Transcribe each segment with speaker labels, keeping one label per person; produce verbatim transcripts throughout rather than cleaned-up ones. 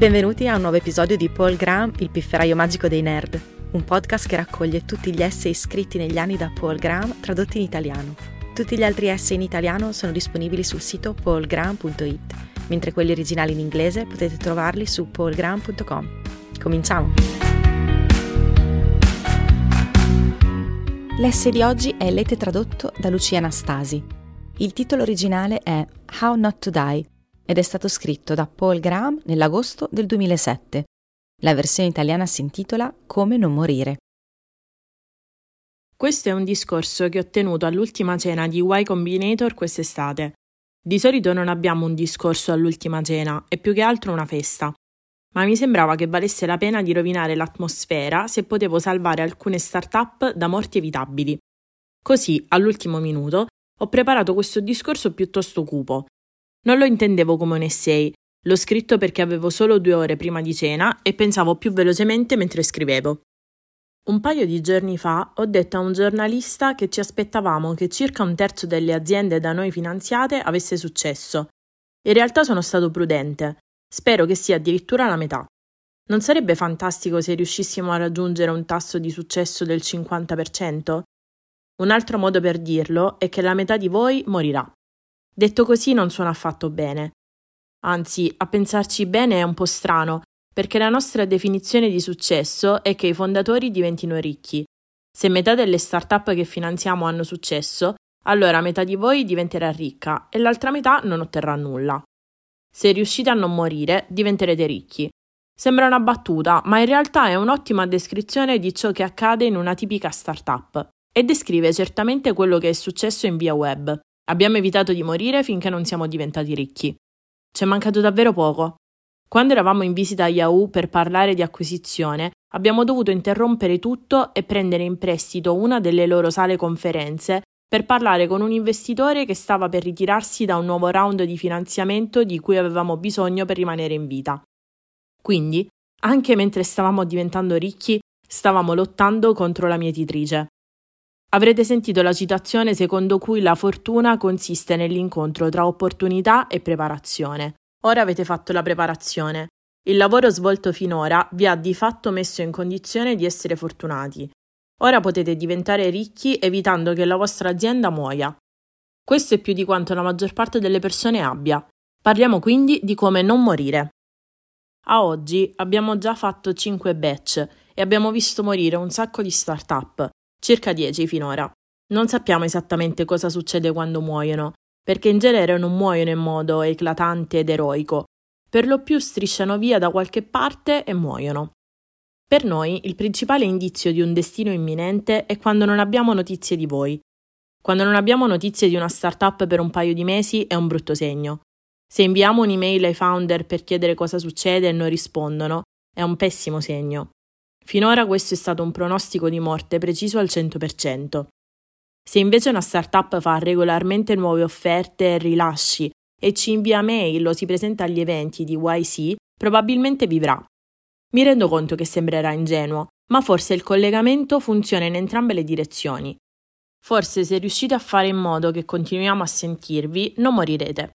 Speaker 1: Benvenuti a un nuovo episodio di Paul Graham, il pifferaio magico dei nerd, un podcast che raccoglie tutti gli essay scritti negli anni da Paul Graham tradotti in italiano. Tutti gli altri essay in italiano sono disponibili sul sito paul graham punto it, mentre quelli originali in inglese potete trovarli su paul graham punto com. Cominciamo! L'essay di oggi è letto e tradotto da Lucia Anastasi. Il titolo originale è How Not to Die ed è stato scritto da Paul Graham nell'agosto del duemilasette. La versione italiana si intitola Come non morire.
Speaker 2: Questo è un discorso che ho tenuto all'ultima cena di Y Combinator quest'estate. Di solito non abbiamo un discorso all'ultima cena, è più che altro una festa. Ma mi sembrava che valesse la pena di rovinare l'atmosfera se potevo salvare alcune start-up da morti evitabili. Così, all'ultimo minuto, ho preparato questo discorso piuttosto cupo. Non lo intendevo come un essay, l'ho scritto perché avevo solo due ore prima di cena e pensavo più velocemente mentre scrivevo. Un paio di giorni fa ho detto a un giornalista che ci aspettavamo che circa un terzo delle aziende da noi finanziate avesse successo. In realtà sono stato prudente. Spero che sia addirittura la metà. Non sarebbe fantastico se riuscissimo a raggiungere un tasso di successo del cinquanta per cento? Un altro modo per dirlo è che la metà di voi morirà. Detto così non suona affatto bene. Anzi, a pensarci bene è un po' strano, perché la nostra definizione di successo è che i fondatori diventino ricchi. Se metà delle start-up che finanziamo hanno successo, allora metà di voi diventerà ricca e l'altra metà non otterrà nulla. Se riuscite a non morire, diventerete ricchi. Sembra una battuta, ma in realtà è un'ottima descrizione di ciò che accade in una tipica startup e descrive certamente quello che è successo in via web. Abbiamo evitato di morire finché non siamo diventati ricchi. C'è mancato davvero poco. Quando eravamo in visita a Yahoo per parlare di acquisizione, abbiamo dovuto interrompere tutto e prendere in prestito una delle loro sale conferenze per parlare con un investitore che stava per ritirarsi da un nuovo round di finanziamento di cui avevamo bisogno per rimanere in vita. Quindi, anche mentre stavamo diventando ricchi, stavamo lottando contro la mietitrice. Avrete sentito la citazione secondo cui la fortuna consiste nell'incontro tra opportunità e preparazione. Ora avete fatto la preparazione. Il lavoro svolto finora vi ha di fatto messo in condizione di essere fortunati. Ora potete diventare ricchi evitando che la vostra azienda muoia. Questo è più di quanto la maggior parte delle persone abbia. Parliamo quindi di come non morire. A oggi abbiamo già fatto cinque batch e abbiamo visto morire un sacco di start-up, circa dieci finora. Non sappiamo esattamente cosa succede quando muoiono, perché in genere non muoiono in modo eclatante ed eroico. Per lo più strisciano via da qualche parte e muoiono. Per noi il principale indizio di un destino imminente è quando non abbiamo notizie di voi. Quando non abbiamo notizie di una startup per un paio di mesi è un brutto segno. Se inviamo un'email ai founder per chiedere cosa succede e non rispondono, è un pessimo segno. Finora questo è stato un pronostico di morte preciso al cento per cento. Se invece una startup fa regolarmente nuove offerte e rilasci e ci invia mail o si presenta agli eventi di Y C, probabilmente vivrà. Mi rendo conto che sembrerà ingenuo, ma forse il collegamento funziona in entrambe le direzioni. Forse se riuscite a fare in modo che continuiamo a sentirvi, non morirete.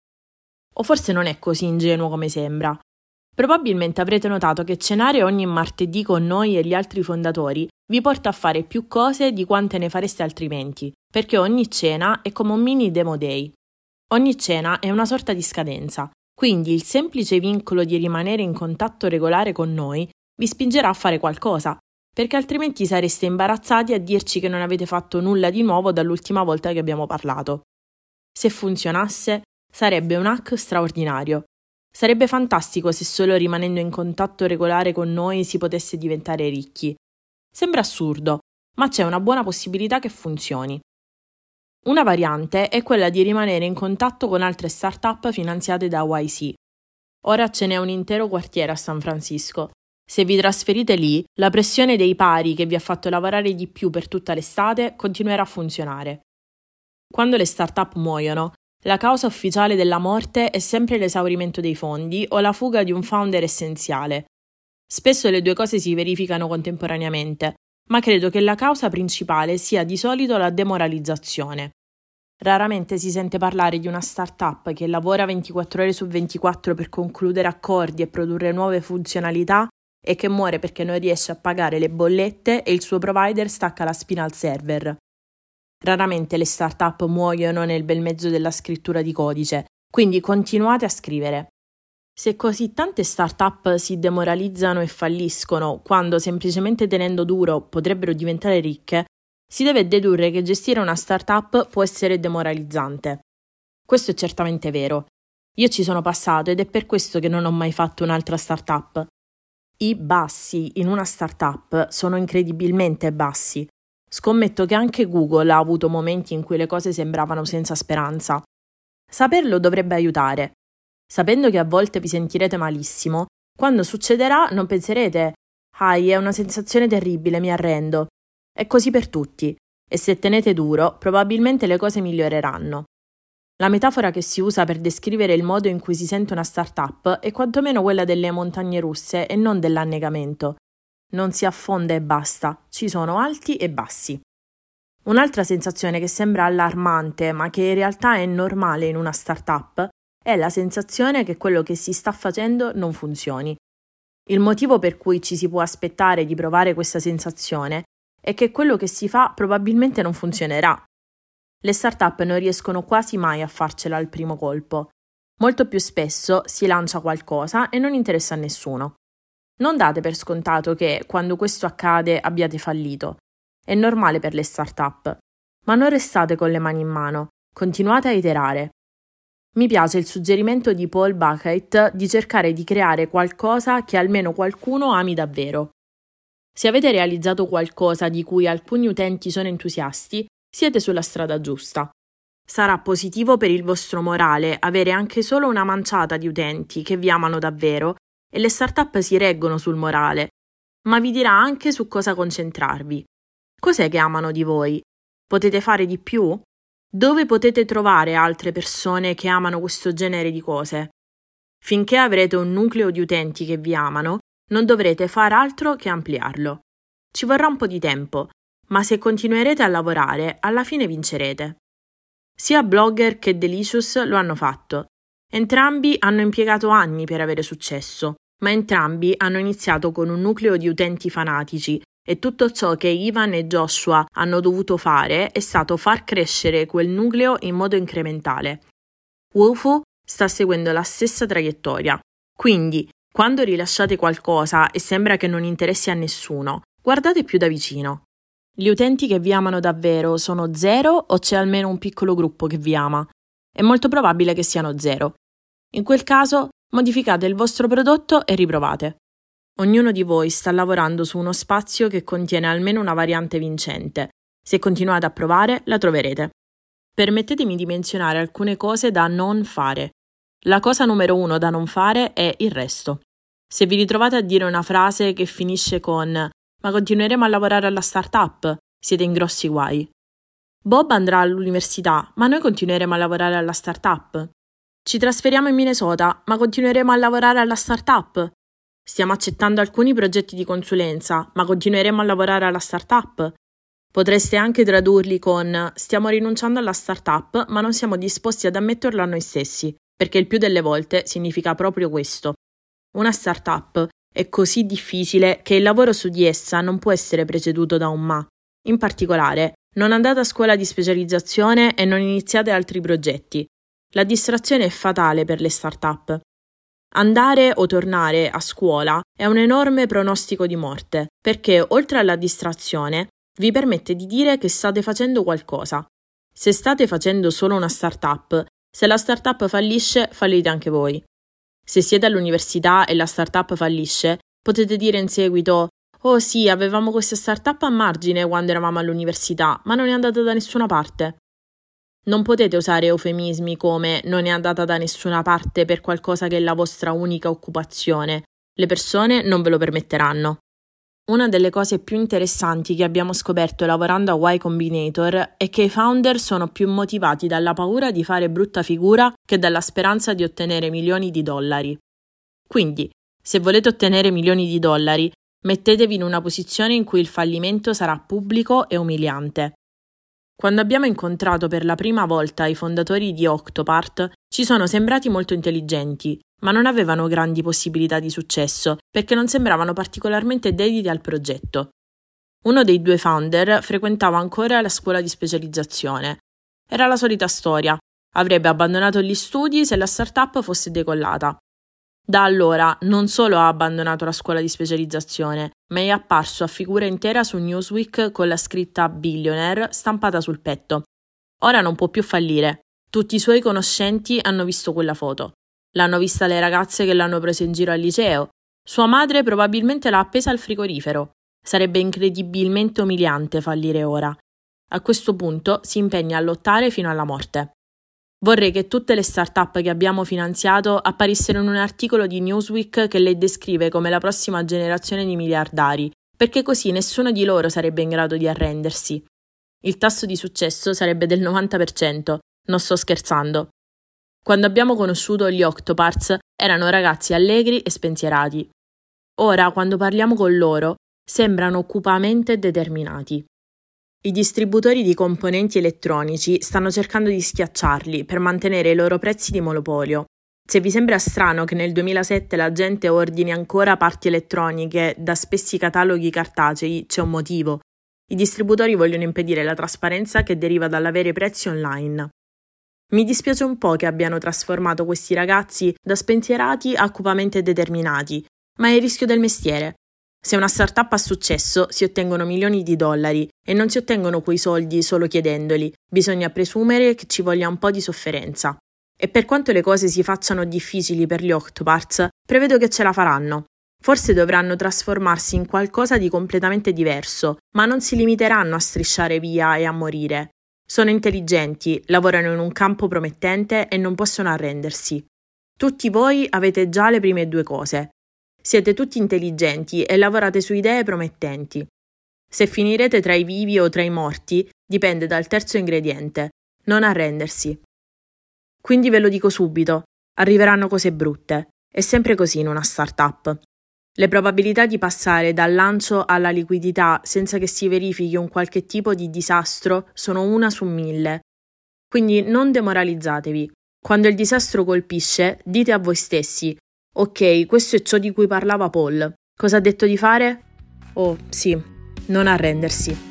Speaker 2: O forse non è così ingenuo come sembra. Probabilmente avrete notato che cenare ogni martedì con noi e gli altri fondatori vi porta a fare più cose di quante ne fareste altrimenti, perché ogni cena è come un mini demo day. Ogni cena è una sorta di scadenza. Quindi il semplice vincolo di rimanere in contatto regolare con noi vi spingerà a fare qualcosa, perché altrimenti sareste imbarazzati a dirci che non avete fatto nulla di nuovo dall'ultima volta che abbiamo parlato. Se funzionasse, sarebbe un hack straordinario. Sarebbe fantastico se solo rimanendo in contatto regolare con noi si potesse diventare ricchi. Sembra assurdo, ma c'è una buona possibilità che funzioni. Una variante è quella di rimanere in contatto con altre start-up finanziate da Y C. Ora ce n'è un intero quartiere a San Francisco. Se vi trasferite lì, la pressione dei pari che vi ha fatto lavorare di più per tutta l'estate continuerà a funzionare. Quando le start-up muoiono, la causa ufficiale della morte è sempre l'esaurimento dei fondi o la fuga di un founder essenziale. Spesso le due cose si verificano contemporaneamente, ma credo che la causa principale sia di solito la demoralizzazione. Raramente si sente parlare di una startup che lavora ventiquattro ore su ventiquattro per concludere accordi e produrre nuove funzionalità e che muore perché non riesce a pagare le bollette e il suo provider stacca la spina al server. Raramente le startup muoiono nel bel mezzo della scrittura di codice, quindi continuate a scrivere. Se così tante startup si demoralizzano e falliscono quando semplicemente tenendo duro potrebbero diventare ricche, si deve dedurre che gestire una startup può essere demoralizzante. Questo è certamente vero. Io ci sono passato ed è per questo che non ho mai fatto un'altra startup. I bassi in una startup sono incredibilmente bassi. Scommetto che anche Google ha avuto momenti in cui le cose sembravano senza speranza. Saperlo dovrebbe aiutare. Sapendo che a volte vi sentirete malissimo, quando succederà non penserete «Ai, è una sensazione terribile, mi arrendo». È così per tutti, e se tenete duro, probabilmente le cose miglioreranno. La metafora che si usa per descrivere il modo in cui si sente una startup è quantomeno quella delle montagne russe e non dell'annegamento. Non si affonda e basta, ci sono alti e bassi. Un'altra sensazione che sembra allarmante, ma che in realtà è normale in una startup, è la sensazione che quello che si sta facendo non funzioni. Il motivo per cui ci si può aspettare di provare questa sensazione è che quello che si fa probabilmente non funzionerà. Le startup non riescono quasi mai a farcela al primo colpo. Molto più spesso si lancia qualcosa e non interessa a nessuno. Non date per scontato che, quando questo accade, abbiate fallito. È normale per le startup. Ma non restate con le mani in mano, continuate a iterare. Mi piace il suggerimento di Paul Buchheit di cercare di creare qualcosa che almeno qualcuno ami davvero. Se avete realizzato qualcosa di cui alcuni utenti sono entusiasti, siete sulla strada giusta. Sarà positivo per il vostro morale avere anche solo una manciata di utenti che vi amano davvero e le startup si reggono sul morale, ma vi dirà anche su cosa concentrarvi. Cos'è che amano di voi? Potete fare di più? Dove potete trovare altre persone che amano questo genere di cose? Finché avrete un nucleo di utenti che vi amano, non dovrete far altro che ampliarlo. Ci vorrà un po' di tempo, ma se continuerete a lavorare, alla fine vincerete. Sia Blogger che Delicious lo hanno fatto. Entrambi hanno impiegato anni per avere successo, ma entrambi hanno iniziato con un nucleo di utenti fanatici e tutto ciò che Ivan e Joshua hanno dovuto fare è stato far crescere quel nucleo in modo incrementale. Wufoo sta seguendo la stessa traiettoria, quindi quando rilasciate qualcosa e sembra che non interessi a nessuno, guardate più da vicino. Gli utenti che vi amano davvero sono zero o c'è almeno un piccolo gruppo che vi ama? È molto probabile che siano zero. In quel caso, modificate il vostro prodotto e riprovate. Ognuno di voi sta lavorando su uno spazio che contiene almeno una variante vincente. Se continuate a provare, la troverete. Permettetemi di menzionare alcune cose da non fare. La cosa numero uno da non fare è il resto. Se vi ritrovate a dire una frase che finisce con «Ma continueremo a lavorare alla startup», siete in grossi guai. Bob andrà all'università, ma noi continueremo a lavorare alla startup. Ci trasferiamo in Minnesota, ma continueremo a lavorare alla startup. Stiamo accettando alcuni progetti di consulenza, ma continueremo a lavorare alla startup. Potreste anche tradurli con «Stiamo rinunciando alla startup, ma non siamo disposti ad ammetterlo a noi stessi», perché il più delle volte significa proprio questo. Una startup è così difficile che il lavoro su di essa non può essere preceduto da un ma. In particolare, non andate a scuola di specializzazione e non iniziate altri progetti. La distrazione è fatale per le startup. Andare o tornare a scuola è un enorme pronostico di morte, perché oltre alla distrazione vi permette di dire che state facendo qualcosa. Se state facendo solo una startup, se la startup fallisce, fallite anche voi. Se siete all'università e la startup fallisce, potete dire in seguito «Oh sì, avevamo questa startup a margine quando eravamo all'università, ma non è andata da nessuna parte». Non potete usare eufemismi come «non è andata da nessuna parte» per qualcosa che è la vostra unica occupazione. Le persone non ve lo permetteranno. Una delle cose più interessanti che abbiamo scoperto lavorando a Y Combinator è che i founder sono più motivati dalla paura di fare brutta figura che dalla speranza di ottenere milioni di dollari. Quindi, se volete ottenere milioni di dollari, mettetevi in una posizione in cui il fallimento sarà pubblico e umiliante. Quando abbiamo incontrato per la prima volta i fondatori di Octopart, ci sono sembrati molto intelligenti, ma non avevano grandi possibilità di successo perché non sembravano particolarmente dediti al progetto. Uno dei due founder frequentava ancora la scuola di specializzazione. Era la solita storia. Avrebbe abbandonato gli studi se la startup fosse decollata. Da allora non solo ha abbandonato la scuola di specializzazione, ma è apparso a figura intera su Newsweek con la scritta Billionaire stampata sul petto. Ora non può più fallire. Tutti i suoi conoscenti hanno visto quella foto. L'hanno vista le ragazze che l'hanno preso in giro al liceo. Sua madre probabilmente l'ha appesa al frigorifero. Sarebbe incredibilmente umiliante fallire ora. A questo punto si impegna a lottare fino alla morte. Vorrei che tutte le start-up che abbiamo finanziato apparissero in un articolo di Newsweek che le descrive come la prossima generazione di miliardari, perché così nessuno di loro sarebbe in grado di arrendersi. Il tasso di successo sarebbe del novanta per cento, non sto scherzando. Quando abbiamo conosciuto gli Octoparts erano ragazzi allegri e spensierati. Ora, quando parliamo con loro, sembrano cupamente determinati. I distributori di componenti elettronici stanno cercando di schiacciarli per mantenere i loro prezzi di monopolio. Se vi sembra strano che nel duemilasette la gente ordini ancora parti elettroniche da spessi cataloghi cartacei, c'è un motivo. I distributori vogliono impedire la trasparenza che deriva dall'avere i prezzi online. Mi dispiace un po' che abbiano trasformato questi ragazzi da spensierati a cupamente determinati, ma è il rischio del mestiere. Se una startup ha successo, si ottengono milioni di dollari e non si ottengono quei soldi solo chiedendoli, bisogna presumere che ci voglia un po' di sofferenza. E per quanto le cose si facciano difficili per gli Octoparts, prevedo che ce la faranno. Forse dovranno trasformarsi in qualcosa di completamente diverso, ma non si limiteranno a strisciare via e a morire. Sono intelligenti, lavorano in un campo promettente e non possono arrendersi. Tutti voi avete già le prime due cose. Siete tutti intelligenti e lavorate su idee promettenti. Se finirete tra i vivi o tra i morti, dipende dal terzo ingrediente, non arrendersi. Quindi ve lo dico subito, arriveranno cose brutte. È sempre così in una startup. Le probabilità di passare dal lancio alla liquidità senza che si verifichi un qualche tipo di disastro sono una su mille. Quindi non demoralizzatevi. Quando il disastro colpisce, dite a voi stessi: ok, questo è ciò di cui parlava Paul. Cosa ha detto di fare? Oh, sì, non arrendersi.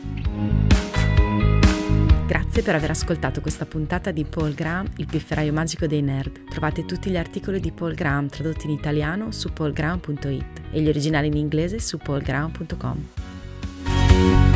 Speaker 1: Grazie per aver ascoltato questa puntata di Paul Graham, il pifferaio magico dei nerd. Trovate tutti gli articoli di Paul Graham tradotti in italiano su paul graham punto it e gli originali in inglese su paul graham punto com.